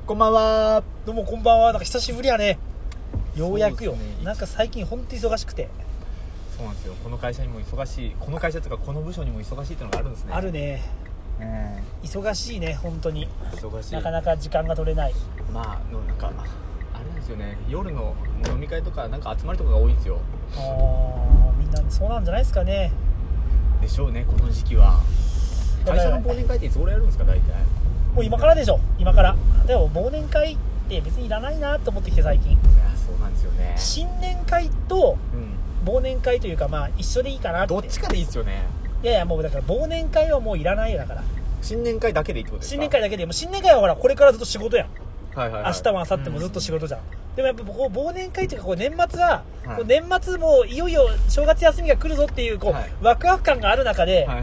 こんばんは。 どうもこんばんは。なんか久しぶりやね。ようやくよ、 そうですね。 なんか最近ほんと忙しくて。 そうなんですよ。この会社にも忙しい、この会社とかこの部署にも忙しいってのがあるんですね。 あるね。忙しいね、本当に。 忙しい。 なかなか時間が取れない。 まあなんかあれなんですよね。夜の飲み会とかなんか集まりとかが多いんですよ。 みんなそうなんじゃないですかね。 でしょうね、この時期は。 だから会社の忘年会っていつ頃やるんですか、大体。 もう今からでしょ、今から。でも忘年会って別にいらないなと思ってきて最近。 いや、そうなんですよね。 新年会とうん。 忘年会というか、まあ一緒でいいかなって。 どっちかでいいですよね。 いやいや、もうだから忘年会はもういらないよ。だから新年会だけでいいってことですか。 新年会だけで、もう新年会はほらこれからずっと仕事やん。 はいはいはい、 明日も明後日もずっと仕事じゃん、でもやっぱこう忘年会っていうかこう年末は、 はいこう年末もいよいよ正月休みが来るぞっていうこう、 はい、 ワクワク感がある中で、 はい、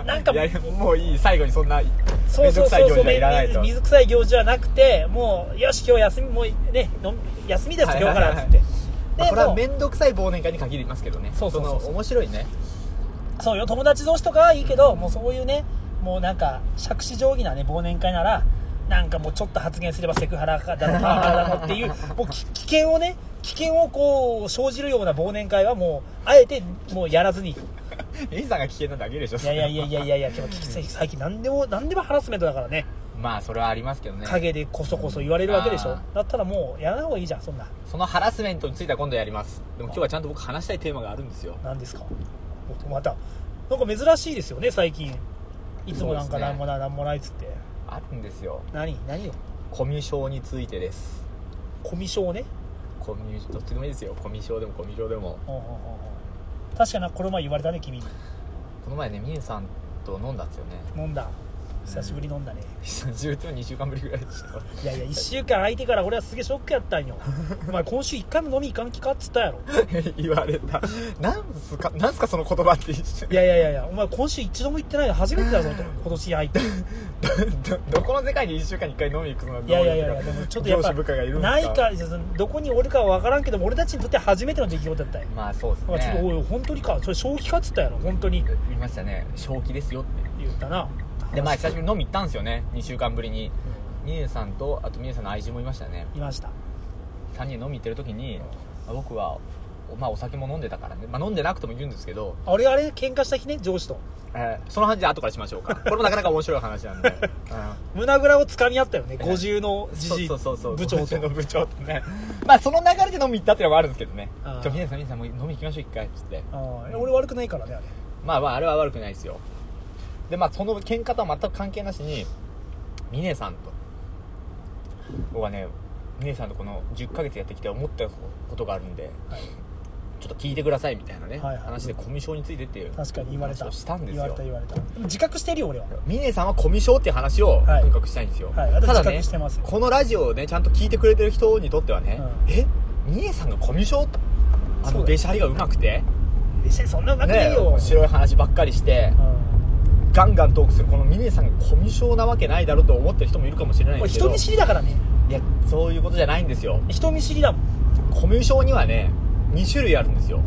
なんかいやもういい、最後にそんなそうそうそうそう、水臭い行事はなくて、もうよし今日休み、もうね休みです、今日からっつって、でこれは面倒くさい忘年会に限りますけどね。 そうそうそうその面白いね。 そうよ、友達同士とかはいいけど、もうそういうね、もうなんか杓子定規なね忘年会なら、なんかもうちょっと発言すればセクハラだのパワハラだのっていうもう危険をこう生じるような忘年会はもうあえてもうやらずに。 エイさんが危険なだけでしょ。 いや最近何でもハラスメントだからね。 まあそれはありますけどね。 陰でこそこそ言われるわけでしょ。だったらもうやらない方がいいじゃん、そんな。 そのハラスメントについては今度やります。でも今日はちゃんと僕話したいテーマがあるんですよ。 何ですか。またなんか珍しいですよね最近。いつもなんかなんもないっつって。 あるんですよ。 何よ。 コミュ障についてです。 コミュ障ね。 どっちでもいいですよ。コミュ障でもコミュ障でも。 確かにこの前言われたね、君に。 この前ね、ミネさんと飲んだんですよね。 飲んだ。久しぶり飲んだね。 実は2週間ぶりぐらいでした。 いや1週間空いてから俺はすげえショックやったんよ。お前今週1回も飲み行かん気かっつったやろ。 言われた。なんすかその言葉って一瞬。 いやお前今週一度も行ってないの初めてだぞと。今年入ってどこの世界に1週間に1回飲み行くのはいやでもちょっとやっぱないか、どこにおるかは分からんけども、俺たちにとって初めての出来事だったよ。 まあそうですね。 ちょっとおい本当にか、それ正気かっつったやろ。本当に言いましたね。正気ですよって言ったな。 で、まあ久しぶりに飲み行ったんですよね、2週間ぶりに。ミネさんと、あとミネさんの愛人もいましたね。 いました。 3人飲み行ってる時に、僕はまあお酒も飲んでたからね、まあ飲んでなくてもいるんですけど、 俺あれ喧嘩した日ね、上司と。 その話は後からしましょうか。これもなかなか面白い話なんで、 胸ぐらをつかみ合ったよね、50のじじい部長と。 50の部長とね。まあその流れで飲み行ったっていうのもあるんですけどね。ミネさんもう飲み行きましょう一回っつって。 俺悪くないからね、あれ。 まああれは悪くないですよ。で、まあその喧嘩とは全く関係なしに、ミネさんと僕はね、ミネさんとこの10ヶ月やってきて思ったことがあるんで、ちょっと聞いてくださいみたいなね、話でコミュ障についてっていう確かに言われた話をしたんですよ。 言われた。自覚してるよ俺は。 ミネさんはコミュ障っていう話をとにかくしたいんですよ。ただね、このラジオをねちゃんと聞いてくれてる人にとってはね、ミネさんがコミュ障、べしゃりがうまくて、 そんなうまくないよ、 面白い話ばっかりして、ガンガントークするこのミネさんがコミュ障なわけないだろうと思ってる人もいるかもしれないですけど、 人見知りだからね。 いや、そういうことじゃないんですよ。 人見知りだもん。 コミュ障にはね2種類あるんですよ。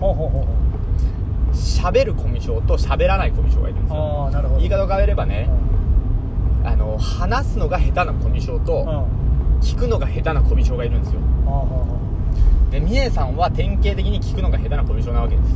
喋るコミュ障と喋らないコミュ障がいるんですよ。 なるほど。 言い方を変えればね、話すのが下手なコミュ障と、聞くのが下手なコミュ障がいるんですよ。で、ミネさんは典型的に聞くのが下手なコミュ障なわけです。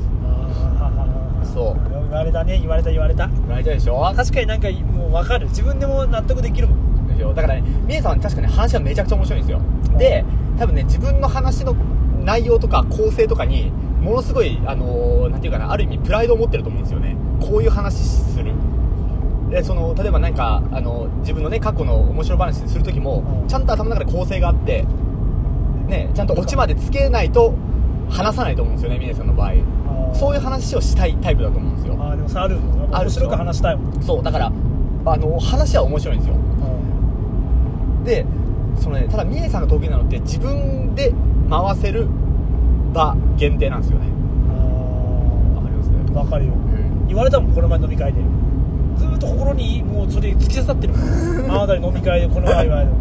そう言われたね。言われたでしょ。 確かになんかもう分かる。自分でも納得できるもん。 でしょ。だからね、ミネさんは確かに話がめちゃくちゃ面白いんですよ。で、多分ね、自分の話の内容とか構成とかにものすごいなんていうかな、ある意味プライドを持ってると思うんですよね。こういう話する。で、例えばなんか自分のね過去の面白話する時も、ちゃんと頭の中で構成があってね、ちゃんとオチまでつけないと話さないと思うんですよね、ミネさんの場合。そういう話をしたいタイプだと思うんですよ。 でもさ、ある面白く話したいもん。 そうだから話は面白いんですよ。で、ただミネさんが得意なのって自分で回せる場限定なんですよね。わかりますね。 わかるよ。言われたもん、この前飲み会で。ずっと心にもうそれ突き刺さってる。あなたに飲み会でこの前は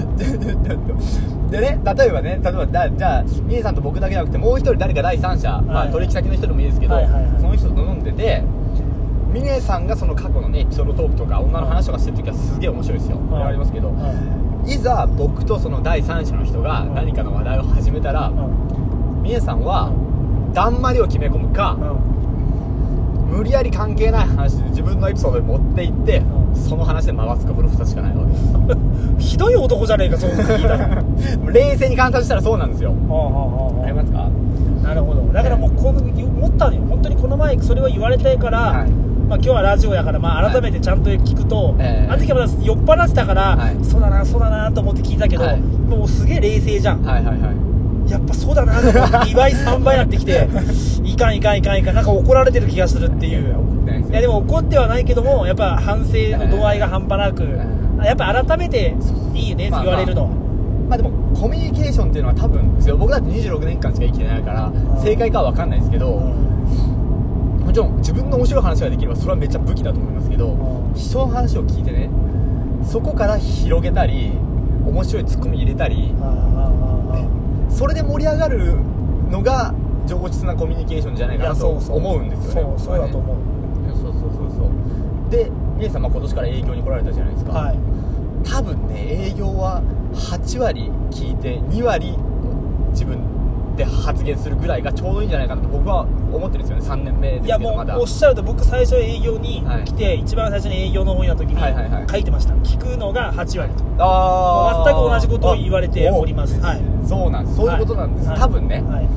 でね、例えばじゃあミネさんと僕だけじゃなくてもう一人誰か第三者、取引先の人でもいいですけど、その人と飲んでて、ミネさんがその過去のねエピソードトークとか女の話とかしてる時はすげえ面白いですよ。ありますけど、いざ僕とその第三者の人が何かの話題を始めたら、みえさんはだんまりを決め込むか、無理やり関係ない話で自分のエピソードに持っていって、その話で回すか、この2つしかないわけですひどい男じゃねえか、そういうの聞いたら冷静に観察したらそうなんですよ。ありますか？ なるほど。だからもう思ったのよ、本当にこの前それを言われたいから、 はい、 まあ、今日はラジオやから、まあ、改めてちゃんと聞くと、あの時はまだ酔っ払ってたから、 はい、 そうだなそうだなと思って聞いたけど、はい、もうすげえ冷静じゃん、 はいはいはい、 やっぱそうだなと思って2倍3倍になってきていかんなんか怒られてる気がするっていう。いやでも怒ってはないけども、やっぱ反省の度合いが半端なく、やっぱ改めていいね、言われるのは。 まあでもコミュニケーションっていうのは多分ですよ、僕だって26年間しか生きてないから正解かは分かんないですけど、もちろん自分の面白い話ができればそれはめっちゃ武器だと思いますけど、人の話を聞いてね、そこから広げたり面白いツッコミ入れたり、それで盛り上がるのが上質なコミュニケーションじゃないかなと思うんですよね。 そうだと思う。 そうで、みえさん今年から営業に来られたじゃないですか、はい、多分ね営業は8割聞いて2割自分で発言するぐらいがちょうどいいんじゃないかなと僕は思ってるんですよね。3年目ですけど。いやもうまだおっしゃると、僕最初営業に来て、はい、一番最初に営業の本屋の時に書いてました、聞くのが8割と。全く同じことを言われております、はい、 そうなんです、そういうことなんです、はい、多分ね、はい、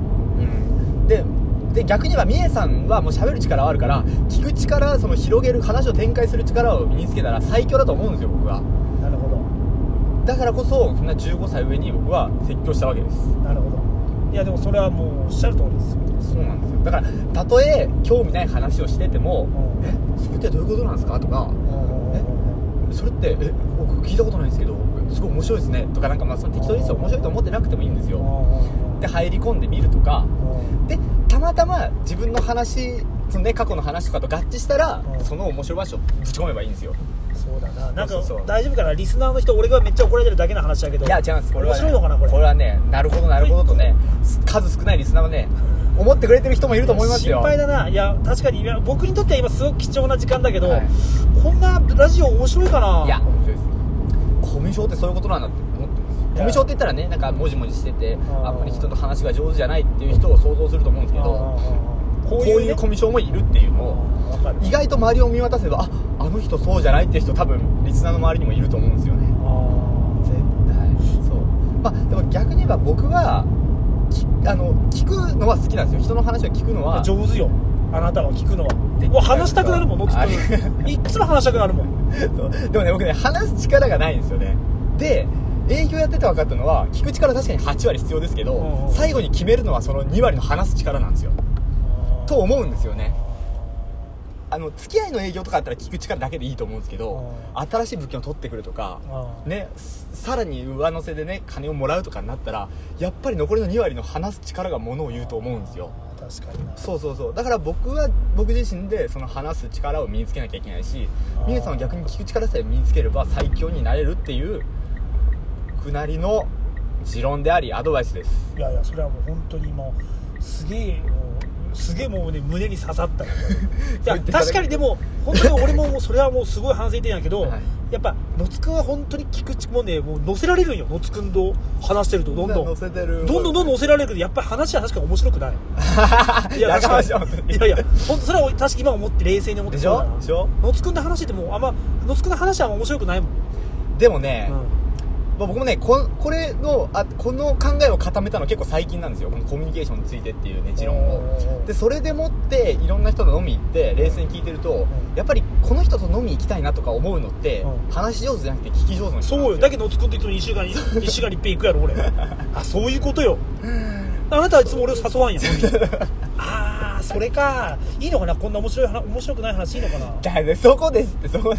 で逆に言えばみえさんはもう喋る力はあるから、聞く力、その広げる話を展開する力を身につけたら最強だと思うんですよ、僕は。 なるほど。 だからこそそんな15歳上に僕は説教したわけです。 なるほど。いやでもそれはもうおっしゃる通りですよ。 そうなんですよ。だからたとえ興味ない話をしてても、それってどういうことなんですかとか、それって僕聞いたことないんですけどすごい面白いですねとか、なんかまあその適当に面白いと思ってなくてもいいんですよ。で入り込んでみるとかで、たまたま自分の話、そのね、過去の話とかと合致したら、その面白い話をぶち込めばいいんですよ。 そうだな。なんか大丈夫かな、リスナーの人、俺がめっちゃ怒られてるだけの話だけど。 いや違うんです、これは、ね、 面白いのかな、これはね、なるほどなるほどとね、数少ないリスナーはね思ってくれてる人もいると思いますよ。 心配だな。いや確かに、いや僕にとっては今すごく貴重な時間だけど、 はい、 こんなラジオ面白いかな。 いや面白いです。コミュ障ってそういうことなんだって思ってます。コミュ障って言ったらね、なんかもじもじしててあんまり人と話が上手じゃないっていう人を想像すると思うんですけど、こういうコミュ障もいるっていうのを意外と周りを見渡せば、あの人そうじゃないっていう人多分リスナーの周りにもいると思うんですよね。絶対そう。まあでも逆に言えば僕は聞くのは好きなんですよ。人の話を聞くのは上手よ。あなたは聞くのはもう話したくなるもん。いつも話したくなるもんでもね、僕ね話す力がないんですよね。で営業やってて分かったのは、聞く力確かに8割必要ですけど、最後に決めるのはその2割の話す力なんですよと思うんですよね。付き合いの営業とかだったら聞く力だけでいいと思うんですけど、新しい物件を取ってくるとかね、さらに上乗せでね金をもらうとかになったら、やっぱり残りの2割の話す力がものを言うと思うんですよ。 確かにな。 そうだから僕自身でその話す力を身につけなきゃいけないし、みえさんは逆に聞く力さえ身につければ最強になれるっていうくなりの持論でありアドバイスです。 いやいや、それはもう本当にもうすげえもうね、胸に刺さったいや確かに。でも本当に俺もそれはもうすごい反省点やけど、はい、やっぱ野津くんは本当に聞くもうね、もう乗せられるんよ。野津くんと話してるとどんどん乗せられるけど、やっぱり話は確かに面白くないいや確かにいや本当それは確かに今思って冷静に思って、そうだな。野津くんの話ってもう野津くんの話は面白くないもん。 でもね、僕もねこの考えを固めたの結構最近なんですよ。このコミュニケーションについてっていうね持論を。でそれでもっていろんな人と飲み行って冷静に聞いてると、やっぱりこの人と飲み行きたいなとか思うのって、話し上手じゃなくて聞き上手な人なんですよ。そうよ。だけど野津くんっていつも1週間に1遍行くやろ俺あ、そういうことよ。あなたはいつも俺を誘わんやんああ、それか。いいのかな、こんな面白くない話いいのかな。だね、そこですってそう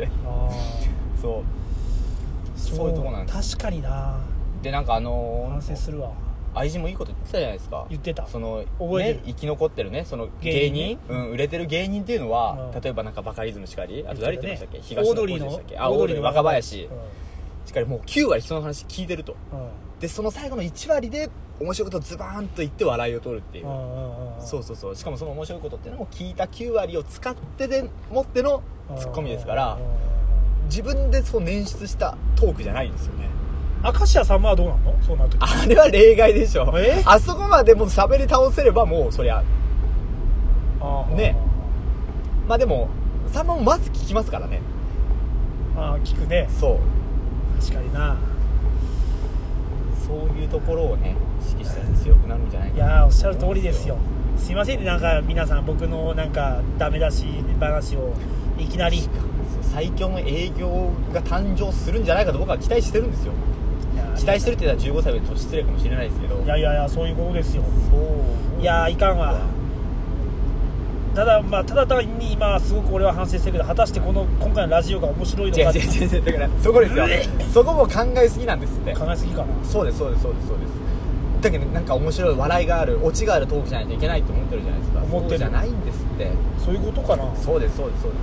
いうとこなんです。 確かにな。 でなんか反省するわ。 愛人もいいこと言ってたじゃないですか。 言ってた。 そのね、生き残ってるね、その芸人、売れてる芸人っていうのは、例えばなんかバカリズムしかり、あと誰言ってましたっけ、東野幸治でしたっけ、オードリーの若林しかり、もう9割人の話聞いてると。でその最後の1割で面白いことをズバーンと言って笑いを取るっていう。そうしかもその面白いことっていうのも聞いた9割を使ってでもってのツッコミですから、 自分でそう捻出したトークじゃないんですよね。 明石家さんまはどうなの？そうなるときあれは例外でしょ。あそこまでもう喋り倒せればもうそりゃね。まあでもさんまもまず聞きますからね。 聞くね。 そう確かにな。 そういうところをね意識したら強くなるんじゃないかな。 いやおっしゃる通りですよ。すいませんね、なんか皆さん僕のなんかダメ出し話をいきなり最強の営業が誕生するんじゃないかと僕は期待してるんですよ。期待してるって言ったら15歳で年失礼かもしれないですけど、 いやそういうことですよ。 そういやいかんわ。ただ単に今すごく俺は反省してるけど、果たして今回のラジオが面白いのかって。 違うだからそこですよそこも考えすぎなんですって。 考えすぎかな。 そうですだけどなんか面白い笑いがあるオチがあるトークじゃないといけないと思ってるじゃないですか。 思ってるそうじゃないんですって。 そういうことかな。 そうです大丈夫ですよ。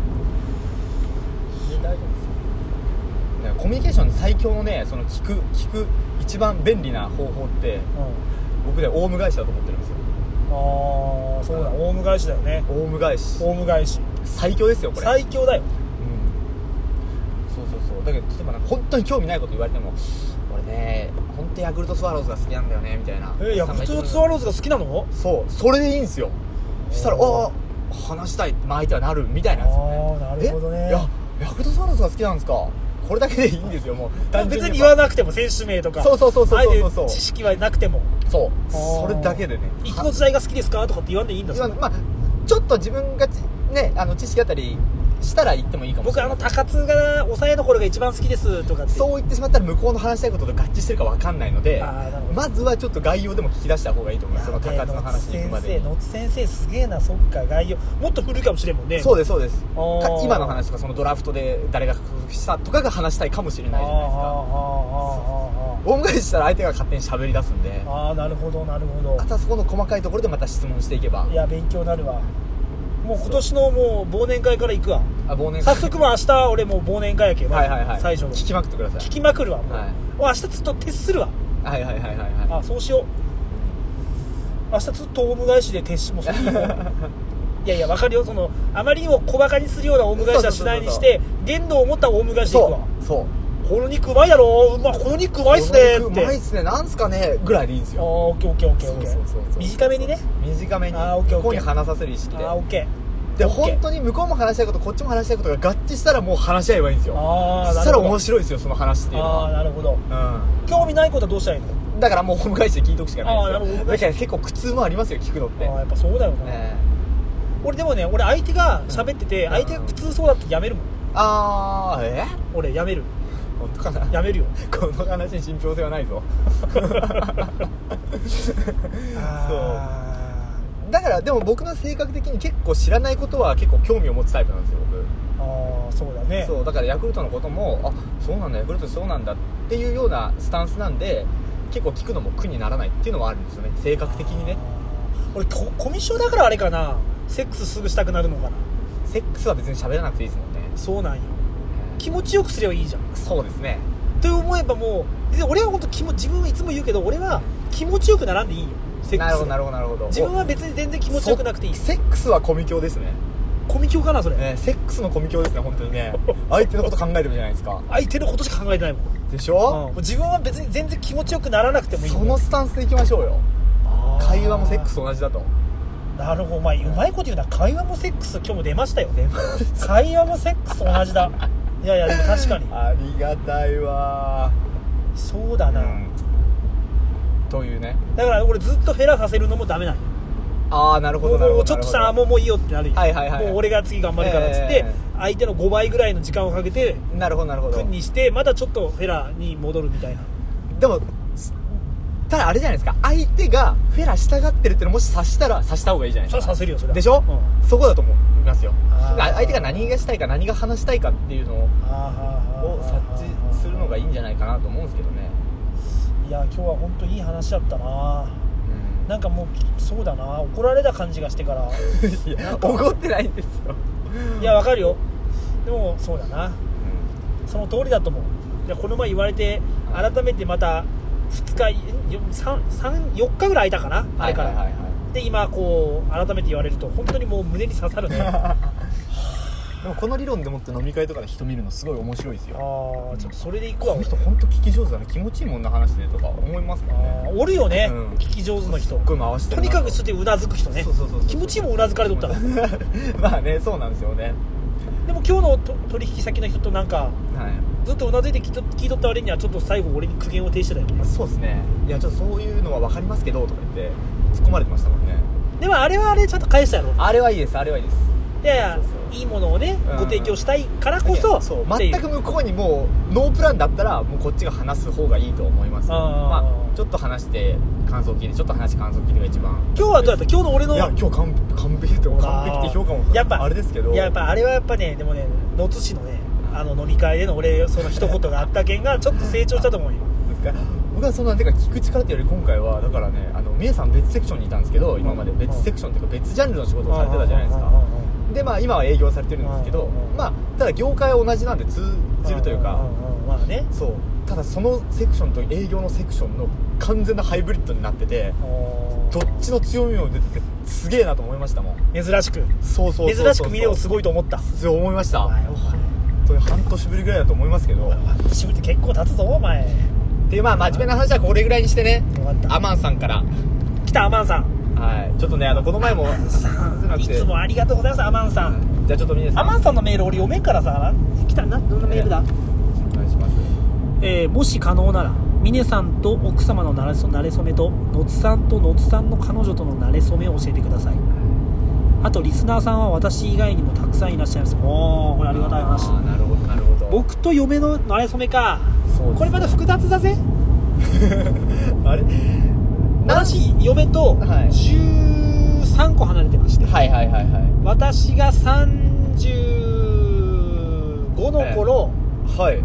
だからコミュニケーションの最強のね、その聞く一番便利な方法って、僕でオウム返しだと思ってるんですよ。 そうだ、オウム返しだよね。 オウム返し最強ですよこれ。 最強だよ。 そうだけど例えばなんか本当に興味ないこと言われても、俺ね本当ヤクルトスワローズが好きなんだよねみたいな。 ヤクルトスワローズが好きなの？ そうそれでいいんですよ。そしたら話したいって相手はなるみたいなんですよね。 なるほどね。 ヤクルトスワローズが好きなんですか。これだけでいいんですよ。もう別に言わなくても選手名とかそう知識はなくてもそれだけでね、 いつの時代が好きですかとかって言わんでいいんだ。 まあちょっと自分がね知識あったりしたら言ってもいいかもしれない。 僕高津が抑えの頃が一番好きですとかってそう言ってしまったら向こうの話したいことと合致してるか分かんないので、まずはちょっと概要でも聞き出した方がいいと思います。その高津の話に行くまでに。 野津先生すげえな。そっか、概要もっと古いかもしれんもんね。 そうです今の話とかそのドラフトで誰が獲得したとかが話したいかもしれないじゃないですか。大昔したら相手が勝手に喋り出すんで。 なるほどあとはそこの細かいところでまた質問していけば。 いや勉強になるわ。もう今年のもう忘年会から行くわ。 忘年会早速もう明日俺もう忘年会やけど、最初の聞きまくってください。 聞きまくるわ。もう明日ずっと徹するわ。そうしよう。明日ずっとオウム返しで徹しもする。いや分かるよ。そのあまりにも小バカにするようなオウム返しはしないにして限度を持ったオウム返しでいくわ。この肉うまいだろ。この肉うまいっすねって。 うまいっすね。なんすかねぐらいでいいんですよ。 オッケー。短めにね。 ここに話させる意識で。 オッケー。 で本当に向こうも話したいことこっちも話したいことが合致したらもう話し合えばいいんですよ。そしたら面白いですよその話っていうのは。 なるほど。興味ないことはどうしたらいいの？ だからもうホーム返しで聞いとくしかないですよ。だから結構苦痛もありますよ聞くのって。 やっぱそうだよな。俺でもね相手が喋ってて相手が苦痛そうだってやめるもん。俺やめる。 本当かな。 やめるよ。 この話に信憑性はないぞ。だからでも僕の性格的に結構知らないことは結構興味を持つタイプなんですよ僕。 そうだね。 だからヤクルトのこともそうなんだヤクルトそうなんだっていうようなスタンスなんで結構聞くのも苦にならないっていうのはあるんですよね性格的にね。 俺コミュ障だからあれかな。セックスすぐしたくなるのかな。 セックスは別に喋らなくていいですもんね。 そうなんよ。気持ちよくすればいいじゃん。 そうですね。 と思えばもう俺は本当自分はいつも言うけど俺は気持ちよくならんでいいよ。セックス。 なるほど。 自分は別に全然気持ちよくなくていい。 セックスはコミュ境ですね。 コミュ境かなそれ。 セックスのコミュ境ですね本当にね。相手のこと考えるじゃないですか。 相手のことしか考えてないもん。 でしょ。 自分は別に全然気持ちよくならなくてもいい。 そのスタンスでいきましょうよ。会話もセックス同じだと。 なるほど。うまいこと言うな。会話もセックス今日も出ましたよ。会話もセックスと同じだ。いやでも確かにありがたいわ。 そうだな、 というね。 だから俺ずっとフェラさせるのもダメなの。 なるほど。 もうちょっとさもういいよってなるよ。もう俺が次頑張るからっつって相手の5倍ぐらいの時間をかけて君にしてまたちょっとフェラに戻るみたいな。 でもただあれじゃないですか。相手がフェラしたがってるってのもし察したら察した方がいいじゃないですか。 させるよそれでしょ。そこだと思いますよ。相手が何がしたいか何が話したいかっていうのを察知するのがいいんじゃないかなと思うんですけどね。 いや今日は本当いい話だったな。なんかもうそうだな怒られた感じがしてからいや怒ってないんですよ。 いやわかるよ。でもそうだな、その通りだと思う。いやこの前言われて改めてまた2日4日ぐらい空いたかなあれから、で今こう改めて言われると本当にもう胸に刺さるね。 でもこの理論でもって飲み会とかで人見るのすごい面白いですよ。 ちょっとそれでいくわ。 この人本当聞き上手だね、気持ちいいもんな話でとか思いますもんね。 おるよね、 うん聞き上手の人。 すっごい回してるなとにかくそれでうなずく人ね。 そう気持ちいいもんうなずかれとったらまあね、そうなんですよね。 でも今日の取引先の人となんかはいずっとうなずいて聞いとった割にはちょっと最後俺に苦言を呈してたよね。 そうですね。いやちょっとそういうのは分かりますけどとか言って突っ込まれてましたもんね。 でもあれはあれちゃんと返したやろ。 あれはいいです、あれはいいです。 いやいやそうそういいものをね、 うんご提供したいからこそそうっていう全く向こうにもうノープランだったらもうこっちが話す方がいいと思いますよ。まあちょっと話して感想聞いて、ちょっと話して感想聞いてが一番。 今日はどうやった？今日の俺のいや今日完璧って完璧って評価もやっぱあれですけど、 いややっぱあれはやっぱね、でもね野津市のね飲み会での俺その一言があった件がちょっと成長したと思うよ。 僕はそのなんていうか聞く力っていうより今回はだからね、みえさん別セクションにいたんですけど、今まで別セクションっていうか別ジャンルの仕事をされてたじゃないですか。でまあ今は営業されてるんですけど、まあただ業界は同じなんで通じるというか、 まあね、 そうただそのセクションと営業のセクションの完全なハイブリッドになってて、どっちの強みも出ててすげえなと思いましたもん。 珍しくそう珍しく見れをすごいと思った。 そう思いました。 お前本当に半年ぶりぐらいだと思いますけど、 しぶりって結構経つぞお前。 でまあ真面目な話はこれぐらいにしてね。 分かった。 アマンさんから来たアマンさん。 はい、ちょっこの前もいつもありがとうございますアマンさん。 じゃあちょっと皆さんアマンさんのメール俺読めんからさ、来たな、どんなメールだ。 お願いします。 もし可能なら峰さんと奥様の馴れ初めと野津さんと野津さんの彼女との馴れ初めを教えてください。あとリスナーさんは私以外にもたくさんいらっしゃいます。おー、これありがたい話。 なるほどなるほど。 僕と嫁の馴れ初めか。 そうです。 これまた複雑だぜ。 あれ私嫁とはい 13個離れてまして、 はいはいはいはい私が35の頃、 はい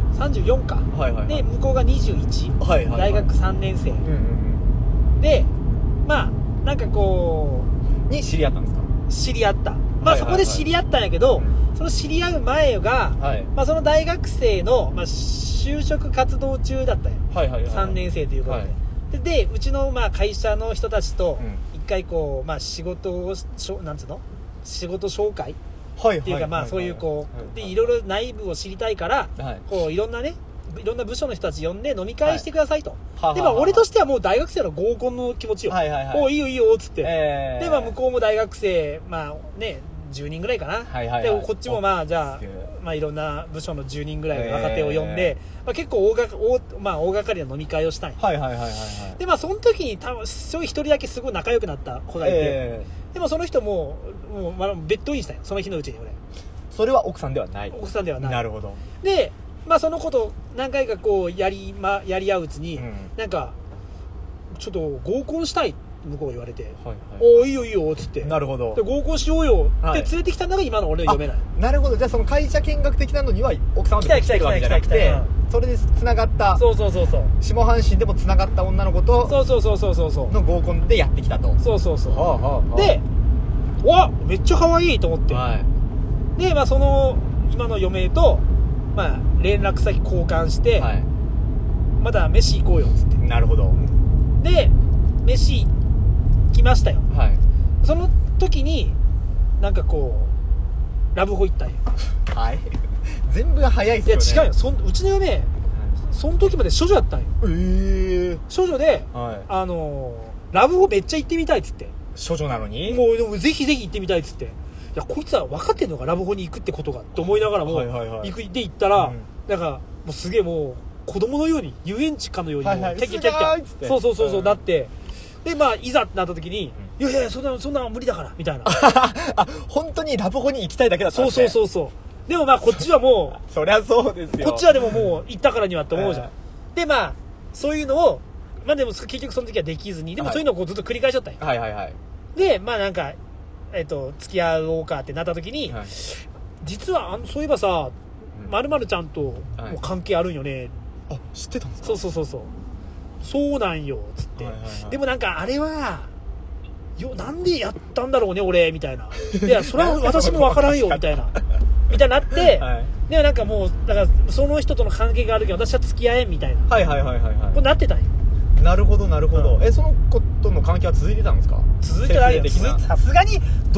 34か、 はいはいはいで向こうが21、 はいはいはい大学3年生、 うんうんでまあなんかこうんに知り合ったんですか。 う知り合った、まあはいはいはいそこで知り合ったんやけど、 うその知り合う前が、 はいまあ、その大学生の、まあ、就職活動中だったんよ、 はいはいはい 3年生ということで、 はいでうちのまあ会社の人たちとうん一回こう、まあ、仕事をなんつうの仕事紹介はいっていうか、まあそういうこうでいろいろ内部を知りたいから、 はいこういろんな部署の人たち呼んで飲み会してくださいと、 はいでまあ俺としてはもう大学生の合コンの気持ちよ、 はいはいはいおいいよいいよっつって、でまあ向こうも大学生まあね10人ぐらいかな、 はいはいはいでこっちもまあじゃあすげえまあいろんな部署の10人ぐらいの若手を呼んで、まあ、結構大掛かりな飲み会をしたんよ。 はいはいはいはいはいでまあその時に多分すごい一人だけすごい仲良くなった子がいて、でもその人もう、まあ、ベッドインしたよその日のうちに俺。 それは奥さんではない。 奥さんではない。 なるほど。 でまあその子と何回かこうやり合ううちに、なんかちょっと合コンしたい向こう言われて、 はいはい、 おーいいよいいよっつって、 なるほど。 で合コンしようよってはい連れてきたのが今の俺の嫁ない。 なるほど。じゃあその会社見学的なのには奥さんは来たい来たいるわけじゃなくて来たい来たい、 それで繋がったそうそうそうそう下半身でも繋がった女の子とそうそうそうそうそうそうの合コンでやってきたと。 そうそうそうはあはあはあでわめっちゃ可愛いと思って、 はいでまあその今の嫁とまあ連絡先交換して、 はい。 また飯行こうよっつって、 なるほど。 で飯来ましたよ。 はい。 その時になんかこうラブホ行ったんよ。 はい。全部が早いっすいやよね。 違うよ、うちの嫁その時まで処女やったんよ。処女ではい。 ラブホめっちゃ行ってみたいっつって、 処女なのに。 もうでもぜひぜひ行ってみたいっつって、いやこいつは分かってんのかラブホに行くってことがと思いながらも、 はいはいはい行ったら、 うんなんかもうすげえもう子供のように遊園地かのように、 はいはいキャッキャキャッキャすごいっつってそうそうそうそう、 うんなってでまあいざってなった時に、いやいやそんな無理だからみたいなあ、本当にラブホに行きたいだけだったんそうですね。 そうそうそうでもまあこっちはもそりゃそうですうよ。 こっちはでももう行ったからにはって思うじゃん、 えでまあそういうのをまあでも結局その時はできずにでもそういうのをこうずっと繰り返しちゃったんよ、 はいはいはい。 でまあなんか付き合おうかってなった時に、 はい実はそういえばさうん 〇〇ちゃんともはいう関係あるんよね、 あ、知ってたんですか。 そうそうそうそうそうなんよつって、 はいはいはいでもなんかあれはなんでやったんだろうね俺みたいないやそれは私もわからんよみたいなみたいになって、 はいでなんかもうだからその人との関係があるけど私は付き合えんみたいなはいはいはいはいはこうなってたんよ。 い。なるほどなるほど。 うんその子との関係は続いてたんですか。 続いてないよ先生的なさすがに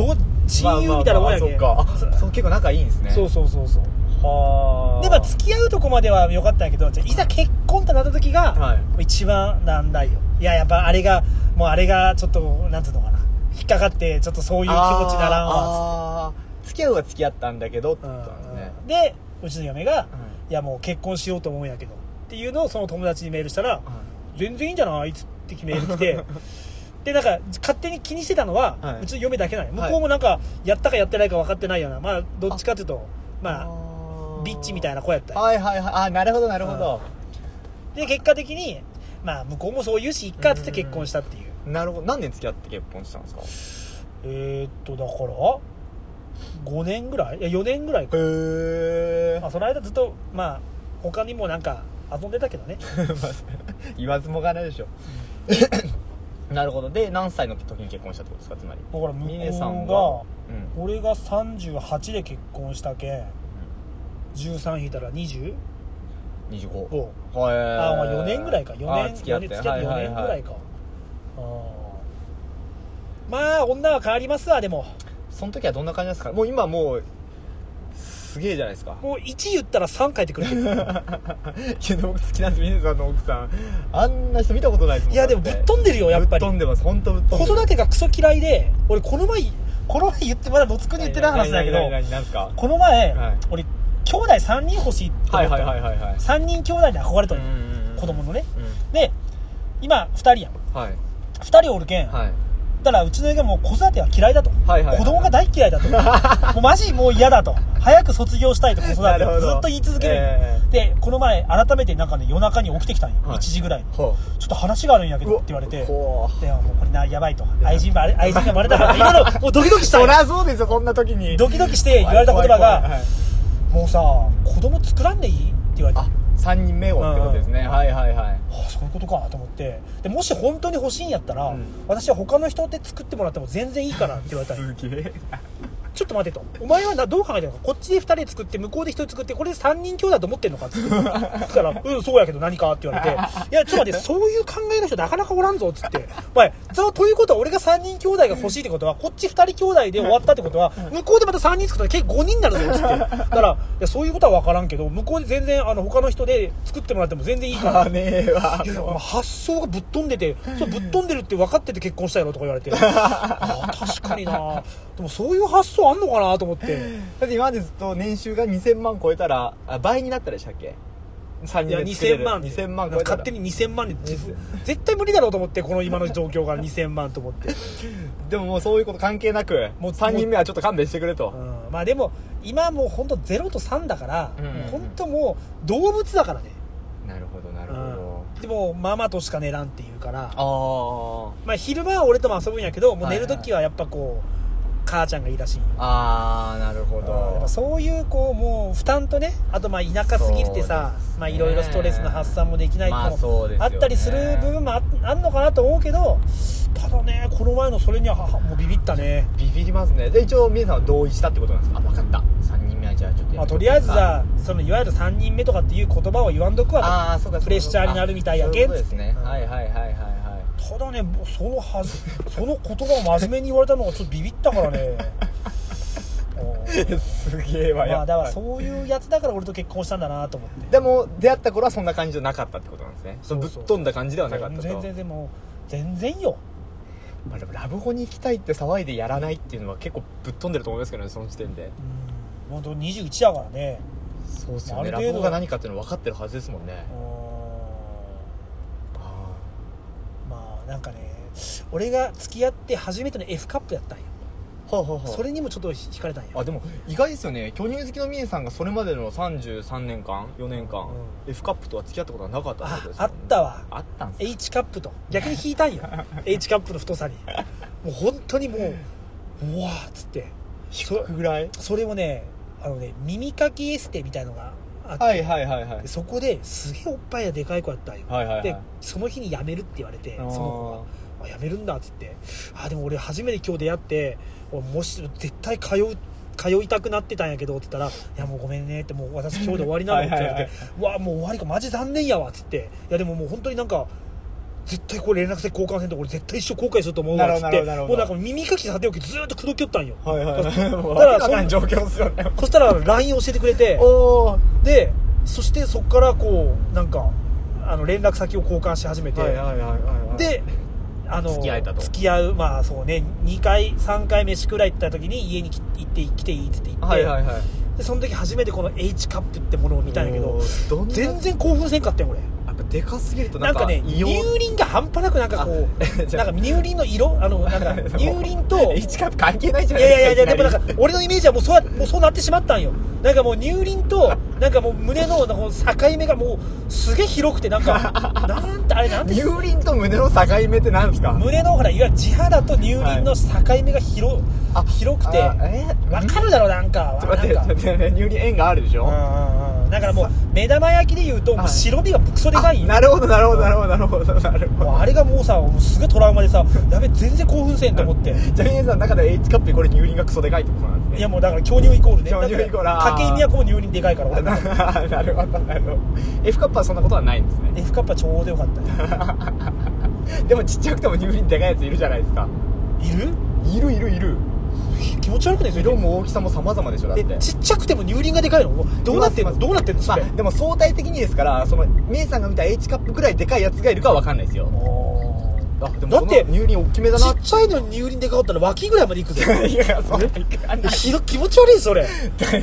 親友みたいなもんやけん、 まあまあまあそうか、そう結構仲いいんですね。 そうそうそうそう。 はあ。 でまあ付き合うとこまでは良かったんやけど、じゃあいざ結婚ってなった時が、 はい一番なんだよ。いややっぱあれがちょっとなんつうのかな、引っかかってちょっとそういう気持ちにならんわっつって。 付き合うは付き合ったんだけどってことなんですね。 でうちの嫁が、いやもう結婚しようと思うんやけどっていうのをその友達にメールしたら、全然いいんじゃないあいつってメール来てでなんか勝手に気にしてたのは、うちの嫁だけない。向こうもなんかやったかやってないか分かってないような、まあどっちかっていうとまあビッチみたいな子やったよ。 はいはいはい。あ、なるほどなるほど。 で結果的にまあ向こうもそう言うしいっかっつって結婚したっていう。 なるほど。何年付き合って結婚したんですか？ だから5年ぐらい、いや4年ぐらいか。 へえ。 その間ずっとまあ他にもなんか遊んでたけどね言わずもがなでしょなるほど。で何歳の時に結婚したってことですか？つまりだから向峰さんが、 こうが、俺が38で結婚したけん、13引いたら20？ 25。 まあ4年ぐらいか。4年付き合って 4年ぐらいか。まあ女は変わりますわ。でもその時はどんな感じですか？もう今もうすげえじゃないですか。 もう1言ったら3書いてくれてるけど僕好きなんです。峰さんの奥さんあんな人見たことないですもん。 いやでもぶっ飛んでるよやっぱり。 ぶっ飛んでます。本当ぶっ飛んでる。 子育てがクソ嫌いで、俺この前言ってまだのつくに言ってない話だけど、 何ですか？ この前、 はい、 俺兄弟3人欲しいって思ったの。3人兄弟に憧れとる、子供のね、で今2人やん、2人おるけん、だからうちの家がもう子育ては嫌いだと、子供が大嫌いだともうマジもう嫌だと、早く卒業したいと子育てをずっと言い続ける、でこの前改めてなんかね夜中に起きてきたんよ、1時ぐらいに、ちょっと話があるんやけどって言われて、でもうこれやばいと、愛人がバレたからいろいろもうドキドキしたんよ。 そりゃそうですよ。こんな時にドキドキして言われた言葉が、もうさ子供作らんでいいって言われて、 3人目をってことですね。 そういうことかと思って、でもし本当に欲しいんやったら、私は他の人で作ってもらっても全然いいからって言われたら、 すげえちょっと待てと、お前はどう考えてるのか、こっちで2人で作って向こうで1人作ってこれで3人兄弟だと思ってんのかって言ったらそうやけど何かって言われて、いやちょっと待って、そういう考えの人なかなかおらんぞっつって、お前ということは俺が3人兄弟が欲しいってことはこっち2人兄弟で終わったってことは向こうでまた3人作ったら結構5人になるぞっつって、だからいやそういうことは分からんけど向こうで全然他の人で作ってもらっても全然いいからいや発想がぶっ飛んでて、そうぶっ飛んでるって分かってて結婚したやろとか言われて確かにな、でもそういう発想あんのかなと思って。 だって今までずっと年収が2000万超えたら倍になったでしたっけ？3人で作れる。2000万超えたら勝手に2000万で絶対無理だろうと思って、この今の状況が2000万と思ってでももうそういうこと関係なくもう3人目はちょっと勘弁してくれと、 まあでも今もう本当0と3だから、本当もう動物だからね。 なるほどなるほど、 でもママとしか寝らんっていうから、 まあ昼間は俺とも遊ぶんやけど、もう寝るときはやっぱこう母ちゃんがいいらしい。 なるほど。 そういうこうもう負担とね、あとまあ田舎すぎてさ、まあいろいろストレスの発散もできないっていうのもあったりする部分もあんのかなと思うけど、ただねこの前のそれにはもうビビったね。 ビビりますね。で一応皆さんは同意したってことなんですか？分かった、3人目はじゃあちょっととりあえずじゃあそのいわゆる3人目とかっていう言葉を言わんどくわと、プレッシャーになるみたいやけん。そうですね。ただねその言葉を真面目に言われたのがちょっとビビったからねすげえわ。 だからそういうやつだから俺と結婚したんだなと思って。 でも出会った頃はそんな感じじゃなかったってことなんですね。ぶっ飛んだ感じではなかったと。 全然よ。 でもラブホに行きたいって騒いでやらないっていうのは結構ぶっ飛んでると思いますけどね、その時点で。 本当21だからね。 そうっすよね。ラブホが何かっていうの分かってるはずですもんね。 まあなんかね、俺が付き合って初めての F カップやったんよ。それにもちょっと惹かれたんや。 でも意外ですよね。巨乳好きのミネさんがそれまでの33年間4年間、F カップとは付き合ったことはなかったってことですよね。 あったわ。 あったんすか？ H カップと逆に引いたんよH カップの太さにもう本当にもううわーっつって引くぐらい。 それもね耳かきエステみたいのがあって、そこですげえおっぱいがでかい子やったんよ、でその日に辞めるって言われて、その子が辞めるんだっつって、でも俺初めて今日出会ってもし絶対通いたくなってたんやけどって言ったら、いやもうごめんねって、もう私今日で終わりなのって言われて、うわもう終わりかマジ残念やわっつって、いやでももう本当になんか絶対これ連絡先交換せんと俺絶対一生後悔すると思うわっつってもうなんか耳かきさておきずーっと口説きよったんよ。 はいはいだだから状況ですよね。 そしたら LINE 教えてくれて、 おーでそしてそこからこうなんか連絡先を交換し始めて、 はいはいはいはいで付き合えたと。 付き合うまあそうね2回3回飯くらい行った時に家に来ていいって言って、 はいはいはい。 でその時初めてこの H カップってものを見たんやけど全然興奮せんかったよ俺。 やっぱでかすぎるとなんかね乳輪が半端なくなんかこうなんか乳輪の色なんか乳輪と H カップ関係ないじゃないですか。 いやでもなんか俺のイメージはもうそうなってしまったんよ。なんかもう乳輪となんかもう胸のなんか境目がもうすげえ広くてなんかなんて乳輪と胸の境目って何ですか。 胸のほらいわゆる地肌と乳輪の境目が広くてわかるだろなんか待って乳輪円があるでしょ。 だからもう目玉焼きでいうともう白身がクソでかいんよ。 なるほどもうあれがもうさもうすげえトラウマでさやべ全然興奮せんと思ってじゃあ皆さんの中で H カップこれ乳輪がクソでかいってことなんですね。 いやもうだから巨乳イコールね。 巨乳イコール家計都も乳輪でかいから俺なるほど F カップはそんなことはないんですね。 F カップはちょうどよかったでもちっちゃくても乳輪でかいやついるじゃないですか。 いる気持ち悪くない色も大きさも様々でしょ。だってちっちゃくても乳輪がでかいのどうなってんのそれ、 でも相対的にですからそのみえさんが見た H カップぐらいでかいやつがいるかは分かんないですよ。でもだって乳輪大きめだな。 ちっちゃいのに乳輪でかかったら脇ぐらいまでいくぜいやそう気持ち悪いそれ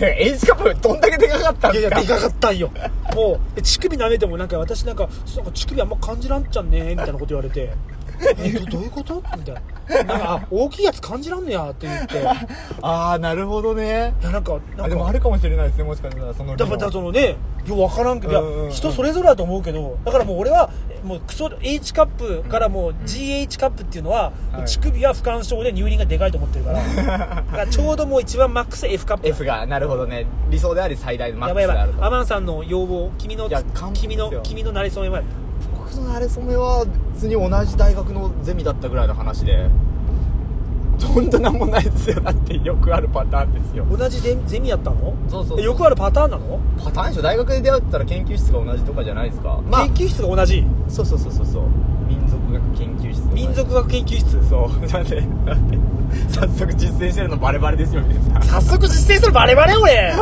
H カップどんだけでかかったんですか。 いやでかかったんよもう乳首舐めてもなんか私なんか乳首あんま感じらんちゃんねみたいなこと言われてどういうことみたいな。なんか大きいやつ感じらんねやって言ってなるほどね。 いやなんかでもあるかもしれないですね。もしかしたらそのだからそのねよく分からんけど人それぞれだと思うけどだからもう俺はもうクソ H カップからもう GH カップっていうのは乳首は不干渉で乳輪がでかいと思ってるからだからちょうどもう一番マックス F カップ F がなるほどね。理想であり最大のマックスであると。 アマンさんの要望君の馴れ初めは僕の馴れ初めは別に同じ大学のゼミだったぐらいの話で本当なんもないですよ。だってよくあるパターンですよ。 同じゼミやったの。 そうよくあるパターンなの。 パターンでしょ。大学で出会ったら研究室が同じとかじゃないですか。 研究室が同じ。 そう民族学研究室。 民族学研究室。 そうなんで早速実践してるのバレバレですよ皆さん。 早速実践するバレバレ俺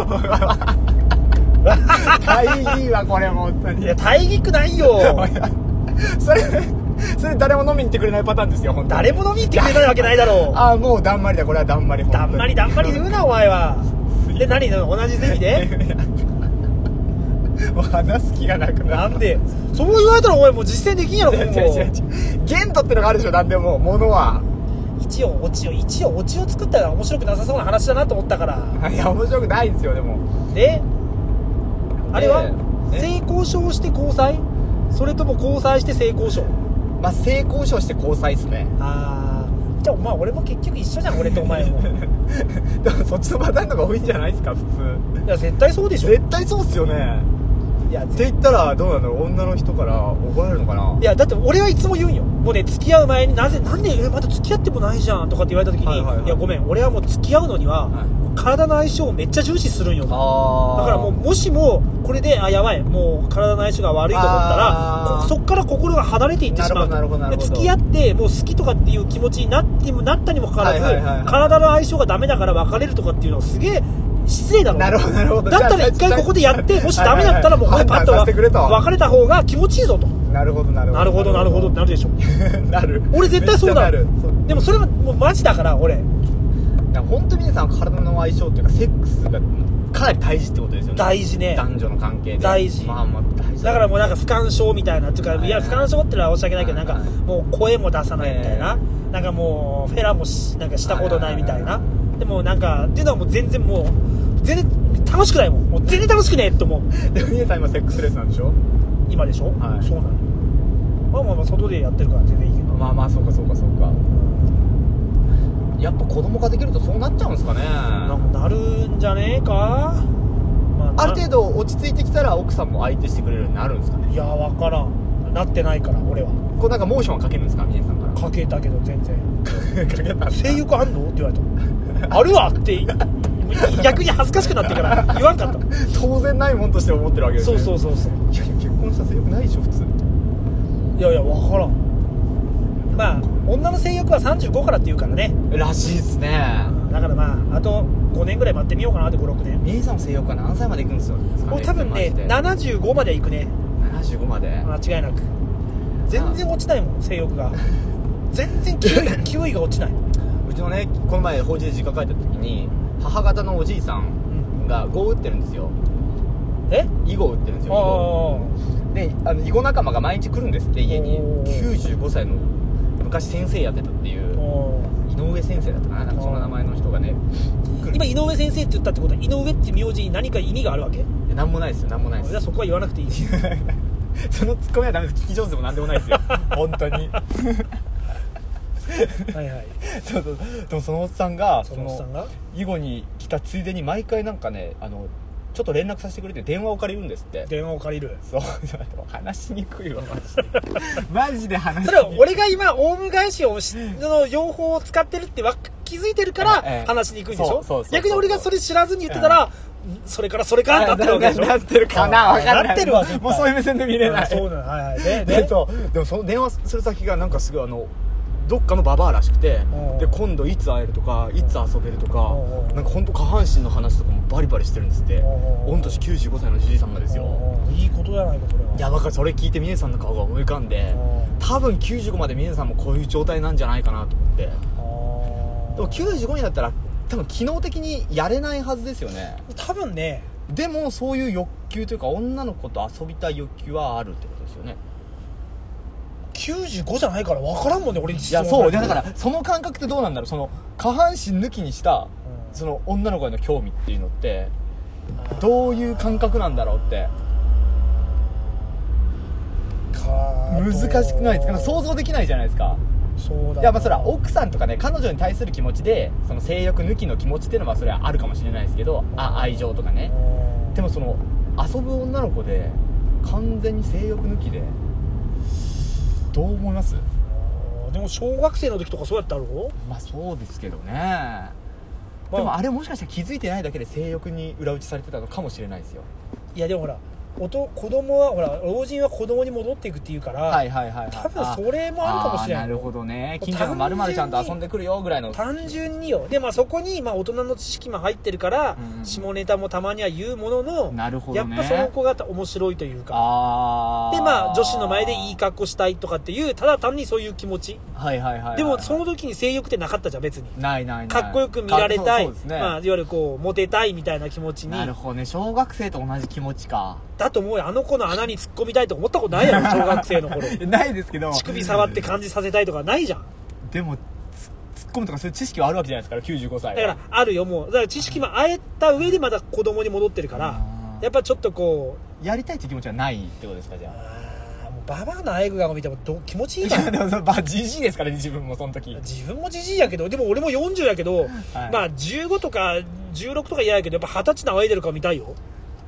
大義はこれも本当に。 いや大義くないよそれ誰も飲みに行ってくれないパターンですよ。本当に誰も飲みに行ってくれないわけないだろう。 もうだんまりだ。これはだんまり。 だんまり言うなお前は。で何同じゼミでもう話す気がなくなった。 なんでそう言われたらお前もう実践できんやろ今後。 限度ってのがあるでしょ。なんでも物は一応オチを作ったら面白くなさそうな話だなと思ったから。 いや面白くないですよ。でもであれは性交渉して交際それとも交際して性交渉。 性交渉して交際ですね。 じゃあ俺も結局一緒じゃん俺とお前もでもそっちのパターンの方が多いんじゃないですか普通。 いや絶対そうでしょ。 絶対そうっすよね。いやって言ったらどうなの。女の人から怒られるのかな。 いやだって俺はいつも言うんよ。もうね付き合う前になんでまだ付き合ってもないじゃんとかって言われた時に、いやごめん俺はもう付き合うのには、体の相性をめっちゃ重視するんよ。だからもしもこれでやばいもう体の相性が悪いと思ったらそっから心が離れていってしまう。で付き合ってもう好きとかっていう気持ちになったにもかかわらず、体の相性がダメだから別れるとかっていうのはすげえ失礼だろ。 なるほど。 だったら一回ここでやってもしダメだったらもうこれパッと別れた方が気持ちいいぞと。 なるほどってなるでしょなる。 俺絶対そうだ。でもそれはもうマジだから俺本当に皆さん体の相性っていうかセックスがかなり大事ってことですよね。 大事ね。 男女の関係で大事。 大事だからもうなんか不干渉みたいなっていうか、いや不干渉ってのは申し訳ないけどなんかもう声も出さないみたいな、なんかもうフェラもなんかしたことないみたいな。でもなんかっていうのはもう全然楽しくないもん。もう全然楽しくねえって思う。 でも皆さん今セックスレスなんでしょ。 今でしょ。そうなの。まあ外でやってるから全然いいけど。 そうか。やっぱ子供ができるとそうなっちゃうんですかね。 なるんじゃねえか。 ある程度落ち着いてきたら奥さんも相手してくれるようになるんですかね。 いや分からん。なってないから俺は。 こうなんかモーションはかけるんですか峰さんから。 かけたけど全然かけた。 性欲あんのって言われた。あるわって逆に恥ずかしくなってから言わんかった。 当然ないもんとして思ってるわけですね。 そう。いや結婚した性欲ないでしょ普通。 いや分からん。 まあ女の性欲は35からっていうからね。 らしいっすね。 だからまああと5年ぐらい待ってみようかなって。5、6年。 ミネさんの性欲は何歳までいくんですよ。 俺多分ね75まで行くね。 75まで間違いなく。全然落ちないもん性欲が。全然キウイが落ちない。 うちのね、この前法事で実家帰った時に母方のおじいさんが碁を打ってるんですよ。囲碁を打ってるんですよ。で囲碁仲間が毎日来るんですって家に。95歳の昔先生やってたっていう井上先生だったかな、なんかそんな名前の人がね今井上先生って言ったってことは井上って名字に何か意味があるわけ？ いやなんもないですよ、なんもないです。 じゃあそこは言わなくていい。 そのツッコミはダメです。聞き上手でもなんでもないですよ本当にはいはい。 そうそう。でもそのおっさんがそのおっさんが囲碁に来たついでに毎回なんかねちょっと連絡させてくれて電話を借りるんですって。 電話を借りる。 そう話しにくいわマジでマジで話しにくい。 それは俺が今オウム返しをの用法を使ってるって気づいてるから話しにくいんでしょ。逆に俺がそれ知らずに言ってたらそれからそれからなってるわけでしょ。 なってるかな、わかんない。 なってるわ。 もうそういう目線で見れない。 そうなの。はいはい。 でもその電話する先がなんかすごいどっかのババアらしくて、で今度いつ会えるとかいつ遊べるとか、なんか本当下半身の話とかもバリバリしてるんですって。御年95歳のじいさんがですよ。 いいことじゃないかそれは。 いやだからそれ聞いて峰さんの顔が思い浮かんで、多分95まで峰さんもこういう状態なんじゃないかなと思って。でも95になったら多分機能的にやれないはずですよね。 多分ね。 でもそういう欲求というか女の子と遊びたい欲求はあるってことですよね。 95じゃないから分からんもんね俺に。 いやそうだからその感覚ってどうなんだろう。その下半身抜きにしたその女の子への興味っていうのってどういう感覚なんだろうって難しくないですか。想像できないじゃないですか。 そうだ。 いやまあそれは奥さんとかね彼女に対する気持ちでその性欲抜きの気持ちっていうのはそれはあるかもしれないですけど、愛情とかね。でもその遊ぶ女の子で完全に性欲抜きでどう思います？ でも小学生の時とかそうやったろ。 まあそうですけどね、でもあれもしかしたら気づいてないだけで性欲に裏打ちされてたのかもしれないですよ。 いやでもほら子供はほら老人は子供に戻っていくっていうから、 はいはいはい、はい、 多分それもあるかもしれない。 なるほどね。近所の〇〇ちゃんと遊んでくるよぐらいの。 単純によ。でまあそこにまあ大人の知識も入ってるから、下ネタもたまには言うものの、 なるほどね、 やっぱその子が面白いというか、でまあ女子の前でいい格好したいとかっていうただ単にそういう気持ち。 はいはいはい、はい、 でもその時に性欲ってなかったじゃん別に。 ないないない。 かっこよく見られたい、 そうですね、 まあ、いわゆるこうモテたいみたいな気持ちに。 なるほどね。小学生と同じ気持ちか。 だと思うよ。あの子の穴に突っ込みたいとか思ったことないやろ小学生の頃。 ないですけど乳首触って感じさせたいとかないじゃん。 でも突っ込むとかそういう知識はあるわけじゃないですから95歳は。 だからあるよ。もうだから知識もあえた上でまだ子供に戻ってるからやっぱちょっとこうやりたいって気持ちはないってことですか。じゃあもうババアのアイグガを見ても気持ちいいじゃん。 でもジジイですからね自分もその時。 自分もジジイやけどでも俺も40やけど、はい、まあ15とか16とか嫌やけどやっぱ20歳のアイドル顔見たいよ。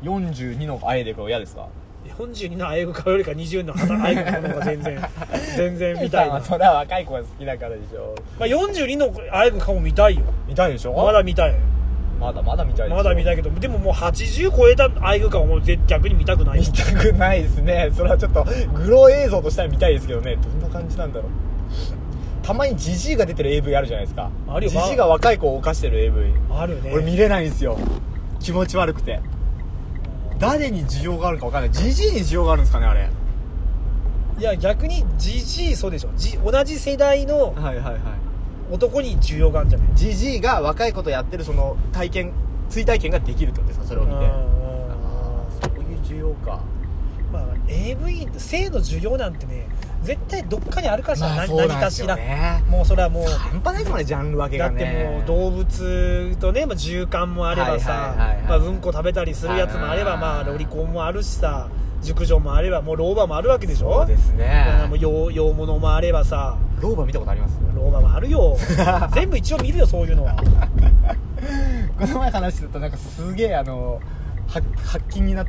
42のアイドル顔嫌ですか ？42のアイグ顔よりか20のアイグ顔の方が全然見たいな。 それは若い子が好きだからでしょ。 まあ42のアイグ顔見たいよ。 見たいでしょ。 まだ見たい。 まだ見たいでしょ。 まだ見たいけどでももう80超えたアイグ顔も逆に見たくない。 見たくないですね。それはちょっとグロ映像としては見たいですけどね。どんな感じなんだろう。たまにジジイが出てる AV あるじゃないですか。 あるよ。 ジジイが若い子を犯してる AV あるよね。 俺見れないんですよ。気持ち悪くて。誰に需要があるか分かんない。ジジイに需要があるんですかねあれ。 いや逆にジジイそうでしょ。同じ世代の男に需要があるんじゃない。 ジジイが若い子とやってるその追体験ができるってことですかそれを見て。そういう需要か。 まあ AV 性の需要なんてね絶対どっかにあるかしら、 何かしら。 もうそれはもう半端ないですもんねジャンル分けがね。 だってもう動物とね、まあ、獣桿もあればさ、まあ、うんこ食べたりするやつもあれば、まあ、ロリコンもあるしさ熟女もあればもう老婆もあるわけでしょ。 そうですね。 もう洋物もあればさ。 老婆見たことあります？ 老婆もあるよ全部一応見るよそういうのはこの前話してたなんかすげえ発禁になった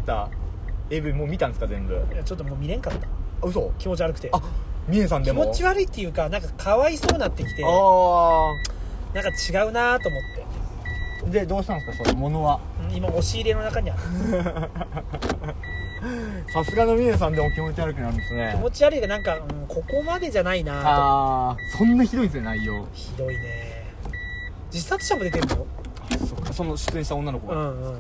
AV もう見たんですか全部？ ちょっともう見れんかった。 あ、嘘？ 気持ち悪くて。 あ、ミネさんでも気持ち悪いっていうかなんかかわいそうになってきてなんか違うなと思って。 でどうしたんですかその物は？ 今押し入れの中にあるさすがの峰さんでも気持ち悪くなるんですね。 気持ち悪いがなんか、ここまでじゃないなと。 あー、そんなひどいんですね、内容。 ひどいね。自殺者も出てるの。 そっか、その出演した女の子が、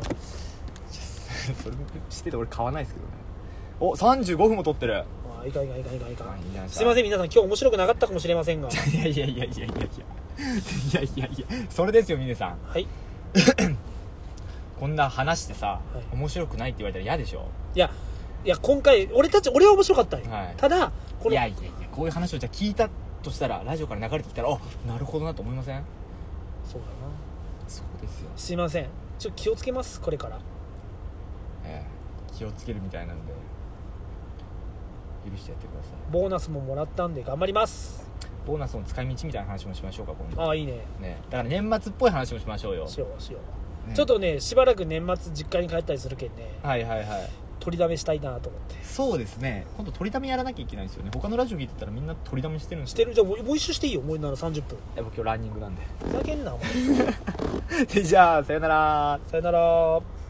それしてて俺買わないですけどね。お、35分も撮ってる。 いかん。 いいじゃないですか。 すいません皆さん、今日面白くなかったかもしれませんが。 いや、それですよ、峰さん。 はい。 こんな話してさ、 はい、 面白くないって言われたら嫌でしょ。 いや今回俺は面白かったんよ、 はい、 ただいやこういう話をじゃあ聞いたとしたら、ラジオから流れてきたら、あ、なるほどなと思いません？ そうだな。 そうですよ。 すいません、ちょっと気をつけます、これから。 気をつけるみたいなんで許してやってください。 ボーナスももらったんで頑張ります。 ボーナスの使い道みたいな話もしましょうか、今度。 いいね。 だから年末っぽい話もしましょうよ。 しよう、ね、ちょっとね、しばらく年末実家に帰ったりするけんね。 はい取りだめしたいなと思って。 そうですね、今度取りだめやらなきゃいけないんですよね。他のラジオ聞いてたらみんな取りだめしてるんですよ。 じゃあもう一周していいよ、もうなら30分。 僕今日ランニングなんで。 ふざけんなお前で、じゃあさよなら。 さよなら。